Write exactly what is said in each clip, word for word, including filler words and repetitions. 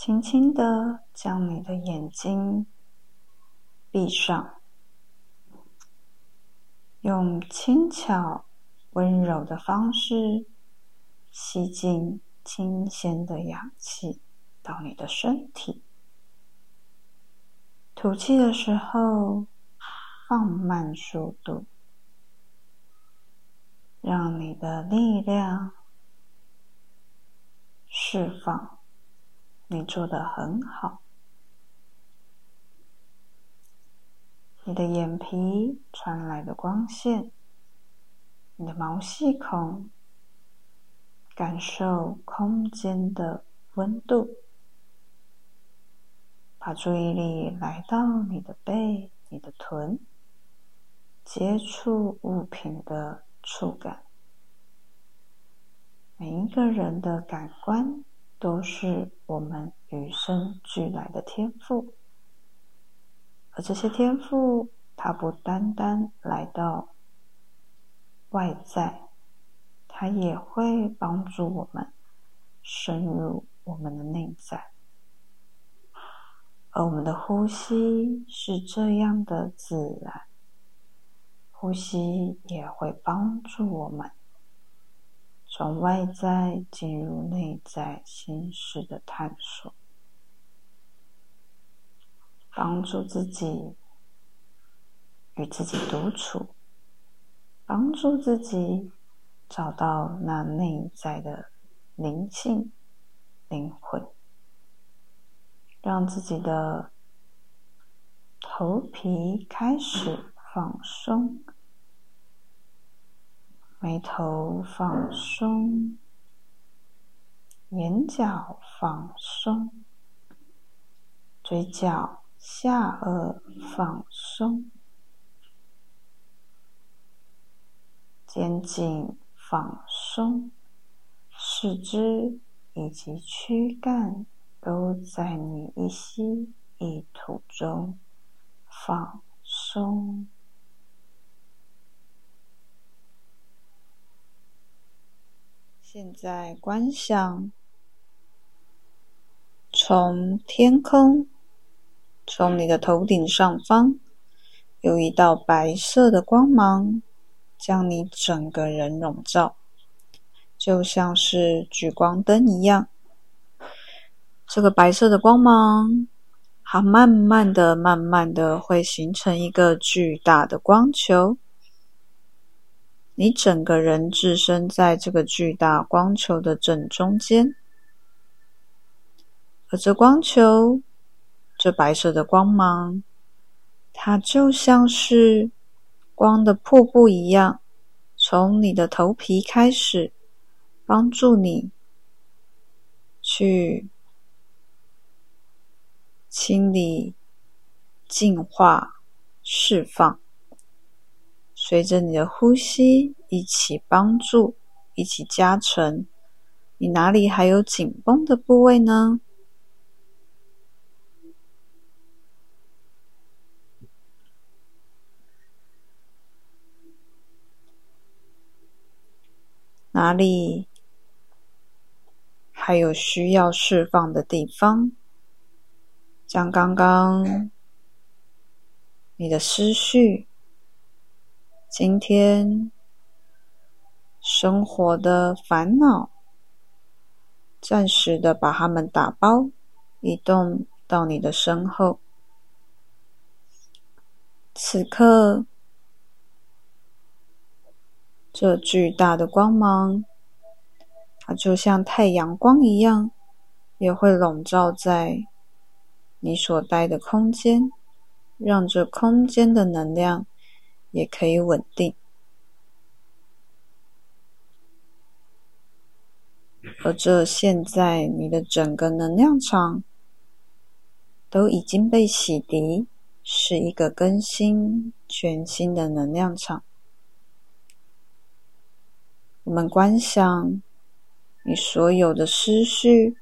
轻轻地将你的眼睛闭上，用轻巧温柔的方式吸进新鲜的氧气到你的身体。吐气的时候放慢速度，让你的力量释放。你做得很好。你的眼皮传来的光线，你的毛细孔，感受空间的温度。把注意力来到你的背、你的臀，接触物品的触感。每一个人的感官都是我们与生俱来的天赋，而这些天赋它不单单来到外在，它也会帮助我们深入我们的内在。而我们的呼吸是这样的自然，呼吸也会帮助我们从外在进入内在心事的探索，帮助自己与自己独处，帮助自己找到那内在的灵性、灵魂，让自己的头皮开始放松，眉头放松，眼角放松，嘴角、下颚放松，肩颈放松，四肢以及躯干都在你一吸一吐中放松。现在观想，从天空，从你的头顶上方，有一道白色的光芒将你整个人笼罩，就像是聚光灯一样。这个白色的光芒它慢慢的慢慢的会形成一个巨大的光球，你整个人置身在这个巨大光球的正中间，而这光球，这白色的光芒，它就像是光的瀑布一样，从你的头皮开始，帮助你去清理、净化、释放，随着你的呼吸一起帮助，一起加成。你哪里还有紧绷的部位呢？哪里还有需要释放的地方？将刚刚你的思绪，今天生活的烦恼，暂时的把它们打包，移动到你的身后。此刻，这巨大的光芒，它就像太阳光一样，也会笼罩在你所待的空间，让这空间的能量也可以稳定。而这现在你的整个能量场都已经被洗涤，是一个更新全新的能量场。我们观想你所有的思绪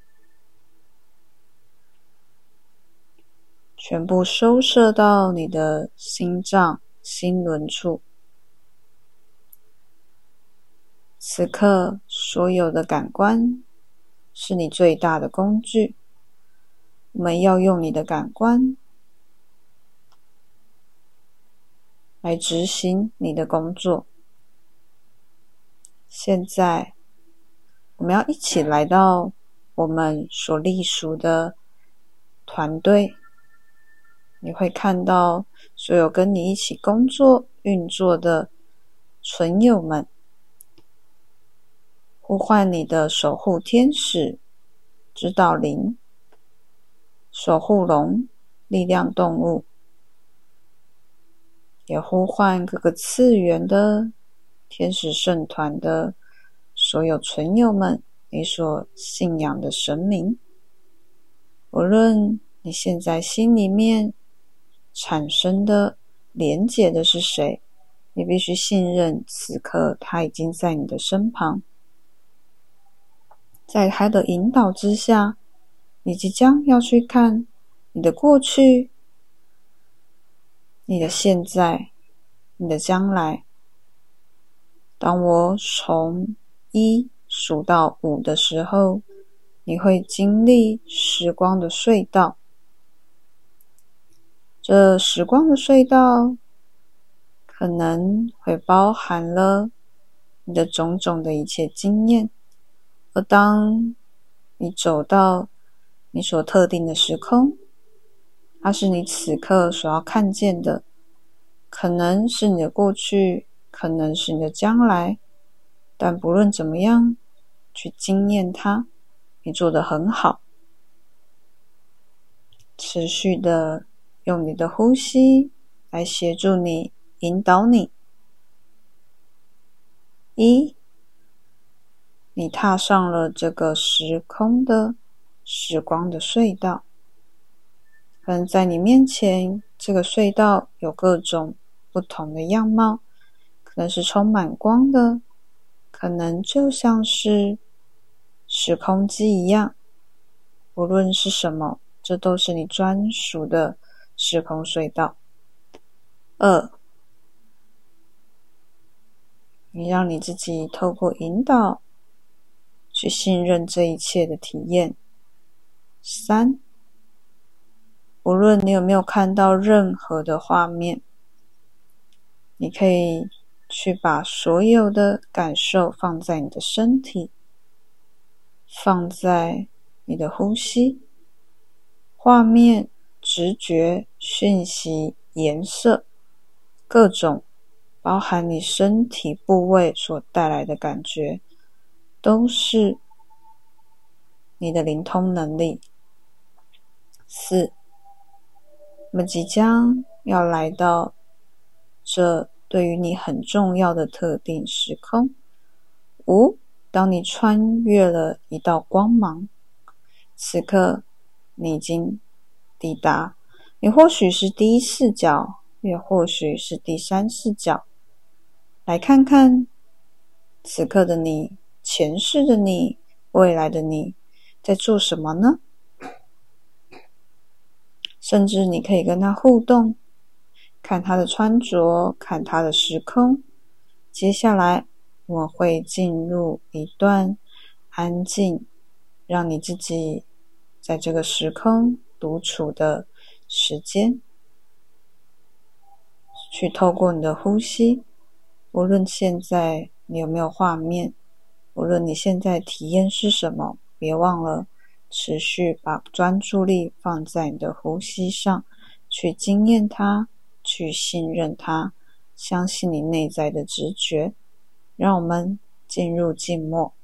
全部收摄到你的心脏、心轮处。此刻，所有的感官是你最大的工具， 我们要用你的感官来执行你的工作。现在，我们要一起来到我们所隶属的团队，你会看到所有跟你一起工作运作的存友们，呼唤你的守护天使、指导灵、守护龙、力量动物，也呼唤各个次元的天使圣团的所有存友们，你所信仰的神明。无论你现在心里面产生的连结的是谁，你必须信任此刻他已经在你的身旁，在他的引导之下，你即将要去看你的过去、你的现在、你的将来。当我从一数到五的时候，你会经历时光的隧道。这时光的隧道可能会包含了你的种种的一切经验，而当你走到你所特定的时空，它是你此刻所要看见的，可能是你的过去，可能是你的将来，但不论怎么样，去经验它，你做得很好。持续的用你的呼吸来协助你，引导你。一，你踏上了这个时空的时光的隧道，可能在你面前，这个隧道有各种不同的样貌，可能是充满光的，可能就像是时空机一样。无论是什么，这都是你专属的时空隧道。二，你让你自己透过引导去信任这一切的体验。三，无论你有没有看到任何的画面，你可以去把所有的感受放在你的身体，放在你的呼吸、画面、直觉、讯息、颜色，各种包含你身体部位所带来的感觉，都是你的灵通能力。四，我们即将要来到这对于你很重要的特定时空。五，当你穿越了一道光芒，此刻你已经抵达，你或许是第一视角，也或许是第三视角，来看看此刻的你、前世的你、未来的你在做什么呢？甚至你可以跟他互动，看他的穿着，看他的时空。接下来我们会进入一段安静，让你自己在这个时空独处的时间，去透过你的呼吸，无论现在你有没有画面，无论你现在体验是什么，别忘了持续把专注力放在你的呼吸上，去经验它，去信任它，相信你内在的直觉。让我们进入静默。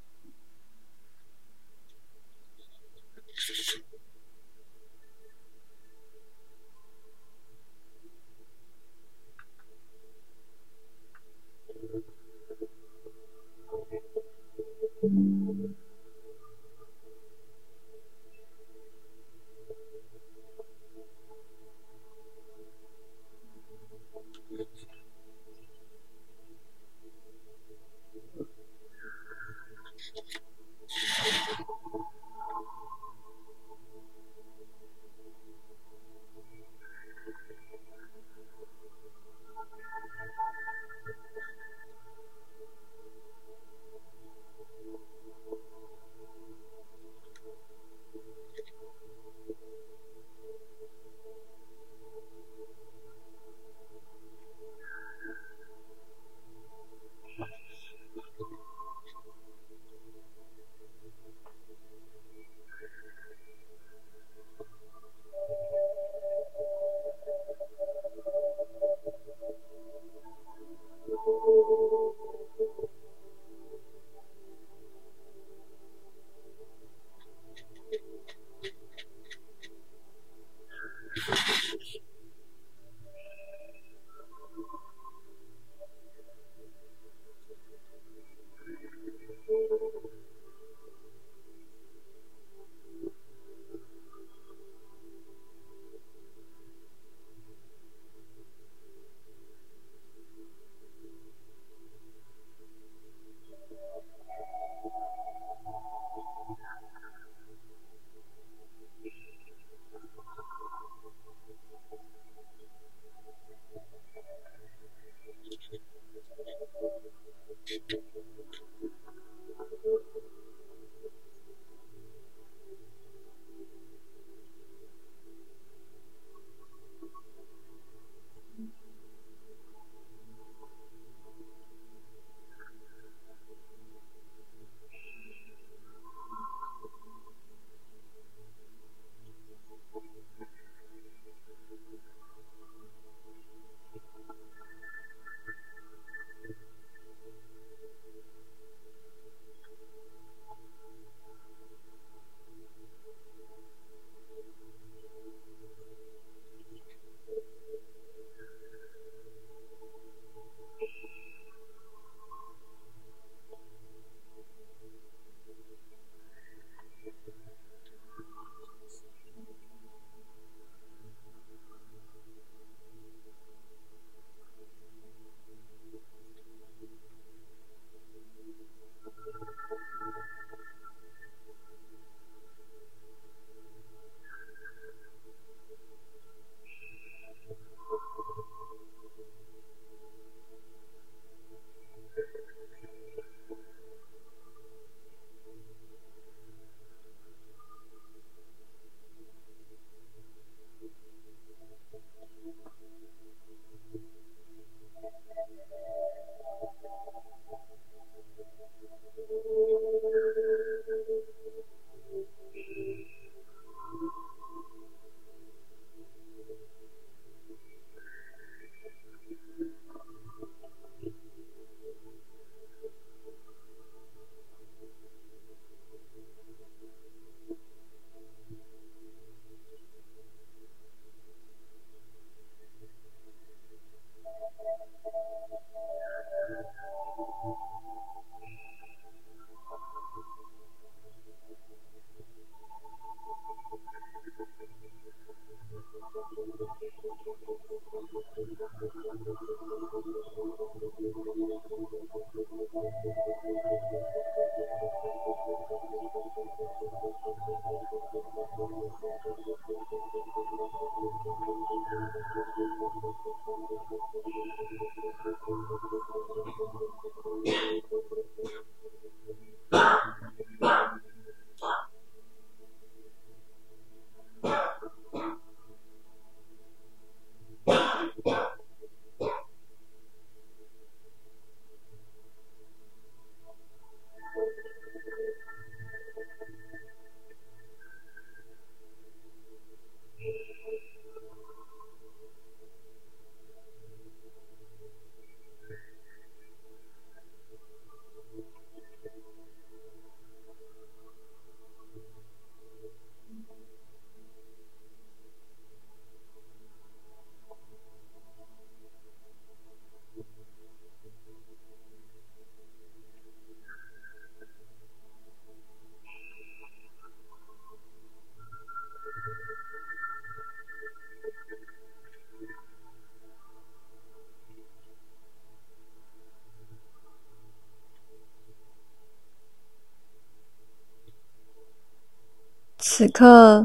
此刻，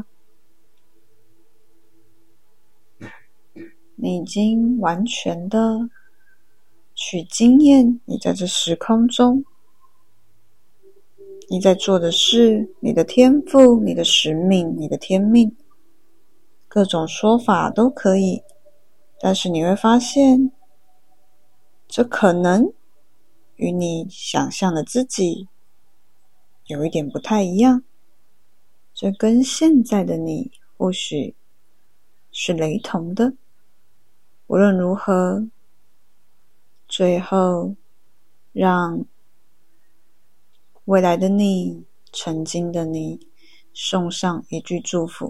你已经完全的去经验你在这时空中你在做的事，你的天赋，你的使命，你的天命，各种说法都可以，但是你会发现，这可能与你想象的自己有一点不太一样，这跟现在的你或许是雷同的。无论如何，最后让未来的你，曾经的你，送上一句祝福。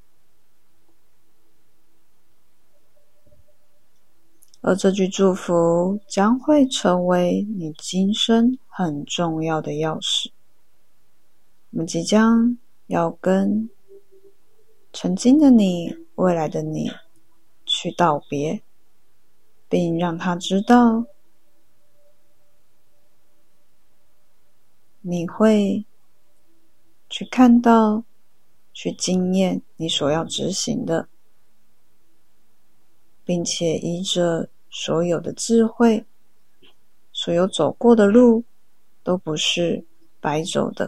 而这句祝福将会成为你今生很重要的钥匙。我们即将要跟曾经的你，未来的你去道别，并让他知道你会去看到，去经验你所要执行的，并且依着所有的智慧，所有走过的路都不是白走的。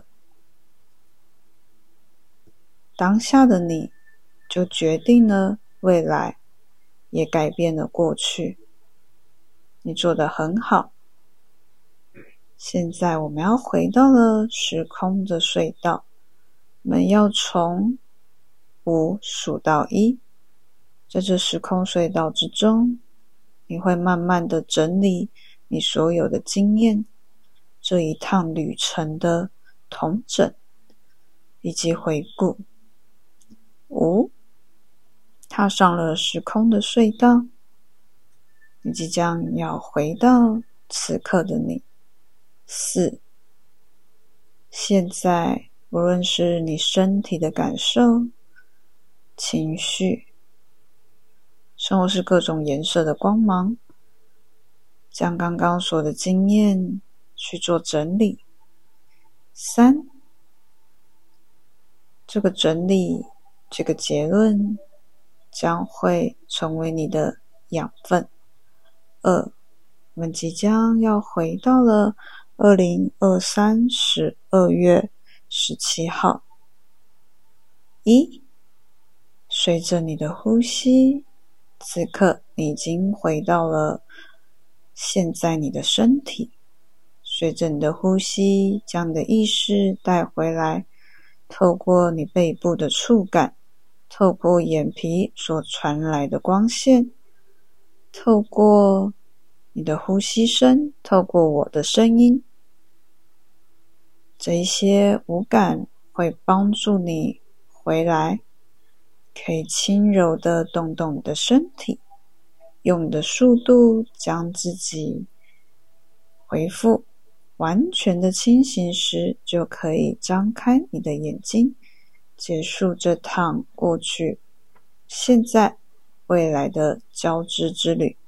当下的你就决定了未来，也改变了过去。你做得很好。现在我们要回到了时空的隧道，我们要从五数到一，在这时空隧道之中，你会慢慢的整理你所有的经验，这一趟旅程的统整以及回顾。五，踏上了时空的隧道，你即将要回到此刻的你。四，现在无论是你身体的感受、情绪，甚或是各种颜色的光芒，将刚刚所有的经验去做整理。三，这个整理，这个结论将会成为你的养分。二，我们即将要回到了二零二三十二月十七号。一，随着你的呼吸，此刻你已经回到了现在你的身体。随着你的呼吸，将你的意识带回来，透过你背部的触感，透过眼皮所传来的光线，透过你的呼吸声，透过我的声音，这一些五感会帮助你回来，可以轻柔的动动你的身体，用你的速度将自己回复完全的清醒时，就可以张开你的眼睛，结束这趟过去、现在、未来的交织之旅。